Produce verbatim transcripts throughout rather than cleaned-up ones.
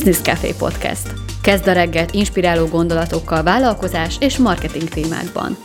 Business Café Podcast. Kezd a reggelt inspiráló gondolatokkal vállalkozás és marketing témákban.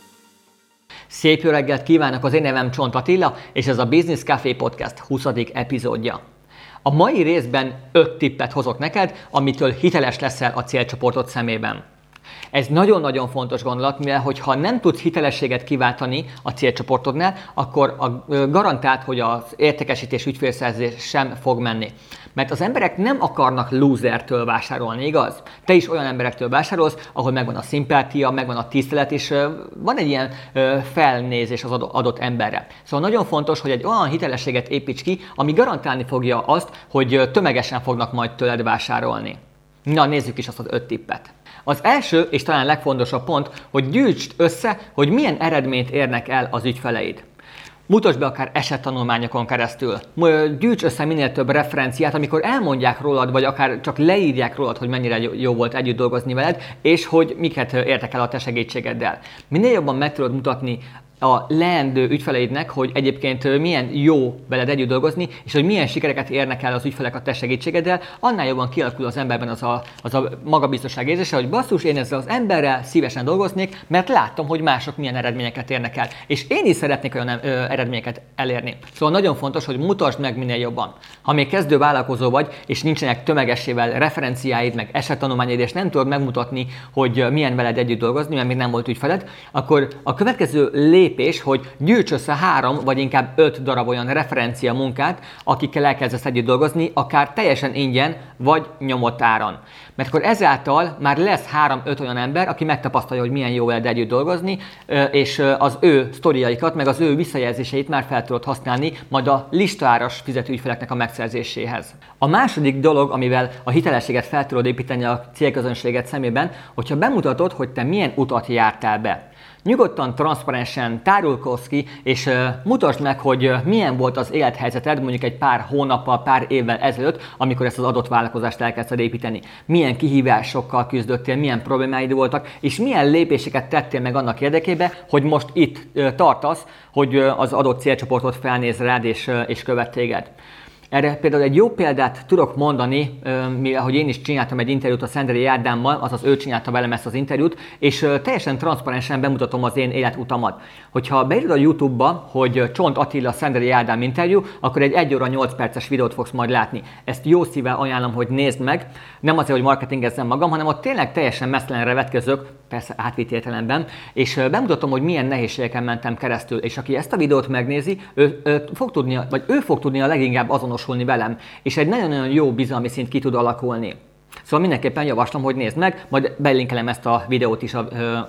Szép jó reggelt kívánok, az én nevem Csont Attila, és ez a Business Café Podcast huszadik epizódja. A mai részben öt tippet hozok neked, amitől hiteles leszel a célcsoportod szemében. Ez nagyon-nagyon fontos gondolat, mivel hogyha nem tudsz hitelességet kiváltani a célcsoportodnál, akkor a garantált, hogy az értékesítés, ügyfélszerzés sem fog menni. Mert az emberek nem akarnak losertől vásárolni, igaz? Te is olyan emberektől vásárolsz, ahol megvan a szimpátia, megvan a tisztelet, és van egy ilyen felnézés az adott emberre. Szóval nagyon fontos, hogy egy olyan hitelességet építs ki, ami garantálni fogja azt, hogy tömegesen fognak majd tőled vásárolni. Na, nézzük is azt az öt tippet. Az első és talán legfontosabb pont, hogy gyűjtsd össze, hogy milyen eredményt érnek el az ügyfeleid. Mutasd be akár esettanulmányokon keresztül. Gyűjts össze minél több referenciát, amikor elmondják rólad, vagy akár csak leírják rólad, hogy mennyire jó volt együtt dolgozni veled, és hogy miket értek el a te segítségeddel. Minél jobban meg tudod mutatni a leendő ügyfeleidnek, hogy egyébként milyen jó veled együtt dolgozni, és hogy milyen sikereket érnek el az ügyfelek a te segítségeddel, annál jobban kialakul az emberben az a, az a magabiztosság érzése, hogy basszus, én ezzel az emberrel szívesen dolgoznék, mert láttam, hogy mások milyen eredményeket érnek el. És én is szeretnék olyan ö, eredményeket elérni. Szóval nagyon fontos, hogy mutasd meg minél jobban. Ha még kezdő vállalkozó vagy, és nincsenek tömegesével referenciáid, meg esettanulmányaid, és nem tudod megmutatni, hogy milyen veled együtt dolgozni, mert még nem volt ügyfeled, akkor a következő lép lépés, hogy gyűjts össze három, vagy inkább öt darab olyan referencia munkát, akikkel elkezdesz együtt dolgozni, akár teljesen ingyen, vagy nyomott áron. Mert akkor ezáltal már lesz három-öt olyan ember, aki megtapasztalja, hogy milyen jó veled együtt dolgozni, és az ő sztoriaikat, meg az ő visszajelzéseit már fel tudod használni, majd a listáras fizetőügyfeleknek a megszerzéséhez. A második dolog, amivel a hitelességet fel tudod építeni a célközönséget szemében, hogyha bemutatod, hogy te milyen utat jártál be. Nyugodtan, transzparensen tárulkozz ki, és uh, mutasd meg, hogy uh, milyen volt az élethelyzeted mondjuk egy pár hónappal, pár évvel ezelőtt, amikor ezt az adott vállalkozást elkezdted építeni. Milyen kihívásokkal küzdöttél, milyen problémáid voltak, és milyen lépéseket tettél meg annak érdekében, hogy most itt uh, tartasz, hogy uh, az adott célcsoportot felnéz rád és, uh, és követ téged. Erre például egy jó példát tudok mondani, mivel hogy én is csináltam egy interjút a Szendrei Ádámmal, azaz ő csinálta velem ezt az interjút, és teljesen transzparensen bemutatom az én életutamat. Hogyha beírod a YouTube-ba, hogy Csont Attila Szendrei Ádám interjú, akkor egy egy óra nyolc perces videót fogsz majd látni. Ezt jó szívvel ajánlom, hogy nézd meg, nem azért, hogy marketingezzem magam, hanem ott tényleg teljesen mesztelenre vetkezök, persze átvitt értelemben, és bemutatom, hogy milyen nehézségeken mentem keresztül, és aki ezt a videót megnézi, ő, ő fog tudni, vagy ő fog tudni a leginkább azonosulni velem, és egy nagyon-nagyon jó bizalmi szint ki tud alakulni. Szóval mindenképpen javaslom, hogy nézd meg, majd belinkelem ezt a videót is a,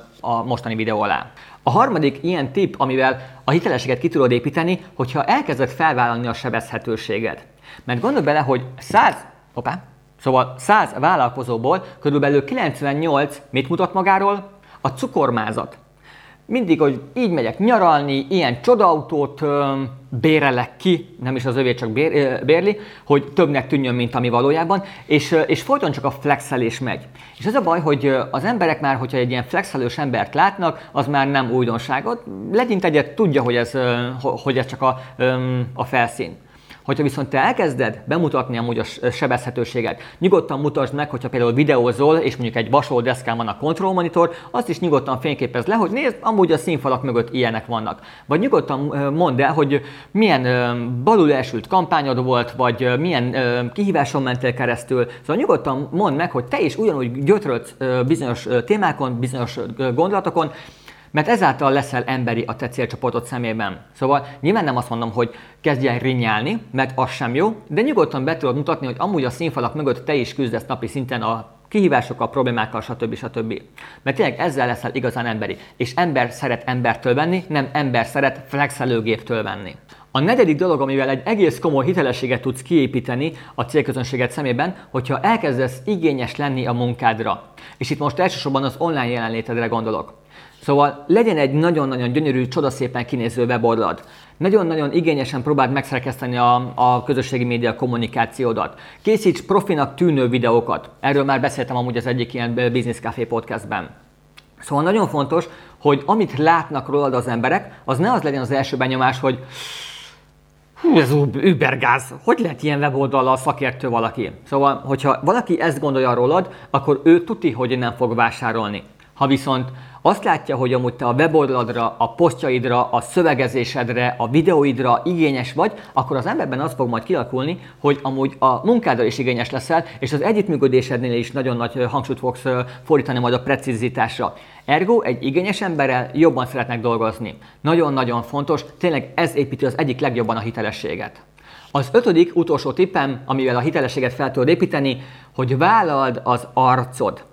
a mostani videó alá. A harmadik ilyen tipp, amivel a hitelességet ki tudod építeni, hogyha elkezded felvállalni a sebezhetőséget. Mert gondolj bele, hogy száz, hoppá, szóval száz vállalkozóból körülbelül kilencvennyolc mit mutat magáról? A cukormázat. Mindig, hogy így megyek nyaralni, ilyen csodautót ö, bérelek ki, nem is az övé csak bér, ö, bérli, hogy többnek tűnjön, mint ami valójában, és, ö, és folyton csak a flexelés megy. És ez a baj, hogy ö, az emberek már, hogyha egy ilyen flexelős embert látnak, az már nem újdonságot. Legyint egyet, tudja, hogy ez, ö, hogy ez csak a, ö, a felszín. Hogyha viszont te elkezded bemutatni amúgy a sebezhetőséget, nyugodtan mutasd meg, hogyha például videózol, és mondjuk egy vasó deszkán van a control monitor, azt is nyugodtan fényképezd le, hogy nézd, amúgy a színfalak mögött ilyenek vannak. Vagy nyugodtan mondd el, hogy milyen balul elsült kampányod volt, vagy milyen kihíváson mentél keresztül. Szóval nyugodtan mondd meg, hogy te is ugyanúgy gyötrődsz bizonyos témákon, bizonyos gondolatokon, mert ezáltal leszel emberi a te célcsoportod szemében. Szóval nyilván nem azt mondom, hogy kezdj el rinyálni, mert az sem jó, de nyugodtan be tudod mutatni, hogy amúgy a színfalak mögött te is küzdesz napi szinten a kihívásokkal, problémákkal, stb. stb. Mert tényleg ezzel leszel igazán emberi. És ember szeret embertől venni, nem ember szeret flexelőgéptől venni. A negyedik dolog, amivel egy egész komoly hitelességet tudsz kiépíteni a célközönséged szemében, hogyha elkezdesz igényes lenni a munkádra. És itt most elsősorban az online jelenlétedre gondolok. Szóval legyen egy nagyon-nagyon gyönyörű, csodaszépen kinéző weboldalad. Nagyon-nagyon igényesen próbáld megszerkeszteni a, a közösségi média kommunikációdat. Készíts profinak tűnő videókat. Erről már beszéltem amúgy az egyik ilyen Business Café podcastben. Szóval nagyon fontos, hogy amit látnak rólad az emberek, az ne az legyen az első benyomás, hogy Hú, ez übergáz. Hogy lehet ilyen weboldallal szakértő valaki? Szóval, hogyha valaki ezt gondolja rólad, akkor ő tuti, hogy nem fog vásárolni. Ha viszont azt látja, hogy amúgy te a weboldaladra, a posztjaidra, a szövegezésedre, a videóidra igényes vagy, akkor az emberben az fog majd kialakulni, hogy amúgy a munkádra is igényes leszel, és az együttműködésednél is nagyon nagy hangsúlyt fogsz fordítani majd a precizitásra. Ergo egy igényes emberrel jobban szeretnek dolgozni. Nagyon-nagyon fontos, tényleg ez építi az egyik legjobban a hitelességet. Az ötödik, utolsó tippem, amivel a hitelességet fel tudod építeni, hogy vállald az arcod.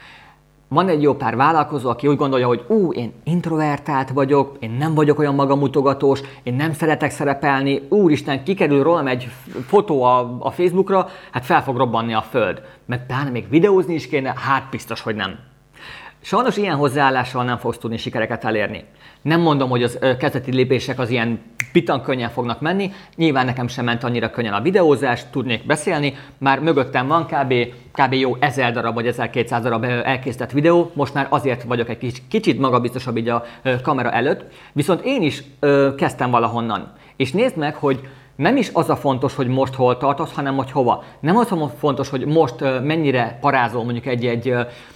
Van egy jó pár vállalkozó, aki úgy gondolja, hogy ú, én introvertált vagyok, én nem vagyok olyan magamutogatós, én nem szeretek szerepelni, úristen, kikerül rólam egy fotó a, a Facebookra, hát fel fog robbanni a föld. Meg pláne még videózni is kéne, hát biztos, hogy nem. Sajnos ilyen hozzáállással nem fogsz tudni sikereket elérni. Nem mondom, hogy az kezdeti lépések az ilyen pitan könnyen fognak menni, nyilván nekem sem ment annyira könnyen a videózás, tudnék beszélni, már mögöttem van kb. kb. Jó ezer darab vagy ezerkétszáz darab elkészített videó, most már azért vagyok egy kicsit, kicsit magabiztosabb így a kamera előtt, viszont én is ö, kezdtem valahonnan. És nézd meg, hogy nem is az a fontos, hogy most hol tartasz, hanem hogy hova. Nem az a fontos, hogy most mennyire parázol mondjuk egy-egy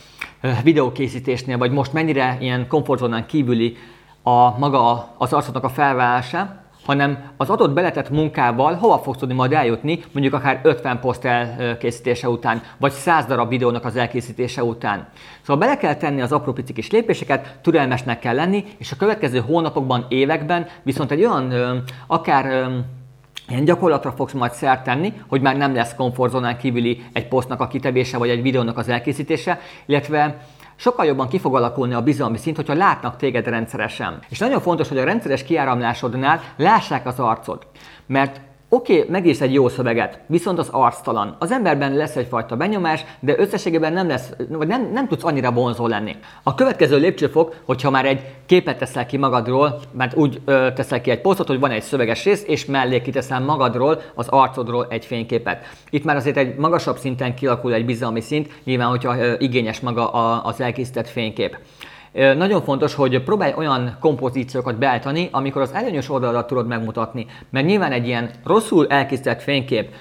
videókészítésnél, vagy most mennyire ilyen komfortzónán kívüli a maga az arcodnak a felvállalása, hanem az adott beletett munkával hova fogsz tudni majd eljutni, mondjuk akár ötven poszt elkészítése után, vagy száz darab videónak az elkészítése után. Szóval bele kell tenni az apró pici kis lépéseket, türelmesnek kell lenni, és a következő hónapokban, években viszont egy olyan akár ilyen gyakorlatra fogsz majd szert tenni, hogy már nem lesz komfortzónán kívüli egy posztnak a kitevése, vagy egy videónak az elkészítése, illetve sokkal jobban ki fog alakulni a bizalmi szint, hogyha látnak téged rendszeresen. És nagyon fontos, hogy a rendszeres kiáramlásodnál lássák az arcod. Mert oké, okay, megírsz egy jó szöveget, viszont az arctalan. Az emberben lesz egyfajta benyomás, de összességében nem lesz, vagy nem, nem tudsz annyira vonzó lenni. A következő lépcsőfok, hogyha már egy képet teszel ki magadról, mert úgy ö, teszel ki egy posztot, hogy van egy szöveges rész, és mellé kiteszel magadról, az arcodról egy fényképet. Itt már azért egy magasabb szinten kialakul egy bizalmi szint, nyilván, hogyha ö, igényes maga a, az elkészített fénykép. Nagyon fontos, hogy próbálj olyan kompozíciókat beállítani, amikor az előnyös oldaladat tudod megmutatni. Mert nyilván egy ilyen rosszul elkészített fénykép,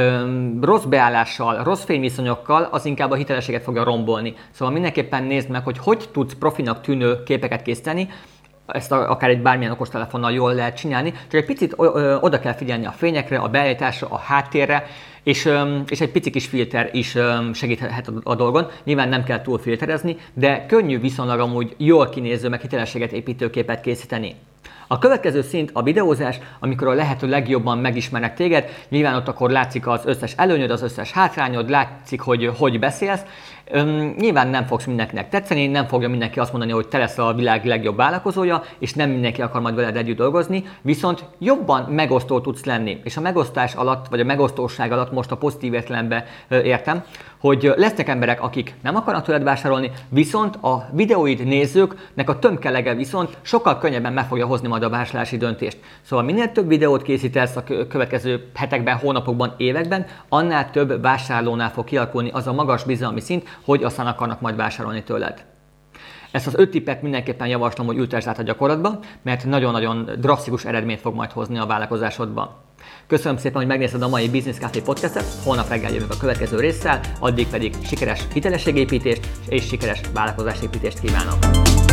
rossz beállással, rossz fényviszonyokkal, az inkább a hitelességet fogja rombolni. Szóval mindenképpen nézd meg, hogy hogy tudsz profinak tűnő képeket készíteni, ezt a, akár egy bármilyen okostelefonnal jól lehet csinálni, csak egy picit oda kell figyelni a fényekre, a beállításra, a háttérre, és, és egy pici kis filter is segíthet a dolgon. Nyilván nem kell túl filterezni, de könnyű viszonylag amúgy jól kinéző, meg hitelességet építő képet készíteni. A következő szint a videózás, amikor a lehető legjobban megismernek téged, nyilván ott akkor látszik az összes előnyöd, az összes hátrányod, látszik, hogy hogy beszélsz. Üm, nyilván nem fogsz mindenkinek tetszeni, nem fogja mindenki azt mondani, hogy te leszel a világ legjobb vállalkozója, és nem mindenki akar majd veled együtt dolgozni, viszont jobban megosztó tudsz lenni. És a megosztás alatt, vagy a megosztóság alatt most a pozitív értelemben értem, hogy lesznek emberek, akik nem akarnak tőled vásárolni, viszont a videóid nézőknek a tömkelege viszont sokkal könnyebben meg fogja hozni majd a vásárlási döntést. Szóval minél több videót készítesz a következő hetekben, hónapokban, években, annál több vásárlónál fog kialakulni az a magas bizalmi szint, hogy aztán akarnak majd vásárolni tőled. Ezt az öt tippet mindenképpen javaslom, hogy ültesd át a gyakorlatba, mert nagyon-nagyon drasztikus eredményt fog majd hozni a vállalkozásodban. Köszönöm szépen, hogy megnézted a mai Business Café podcastet, holnap reggel jövök a következő résszel, addig pedig sikeres hitelességépítést és sikeres vállalkozásépítést kívánok!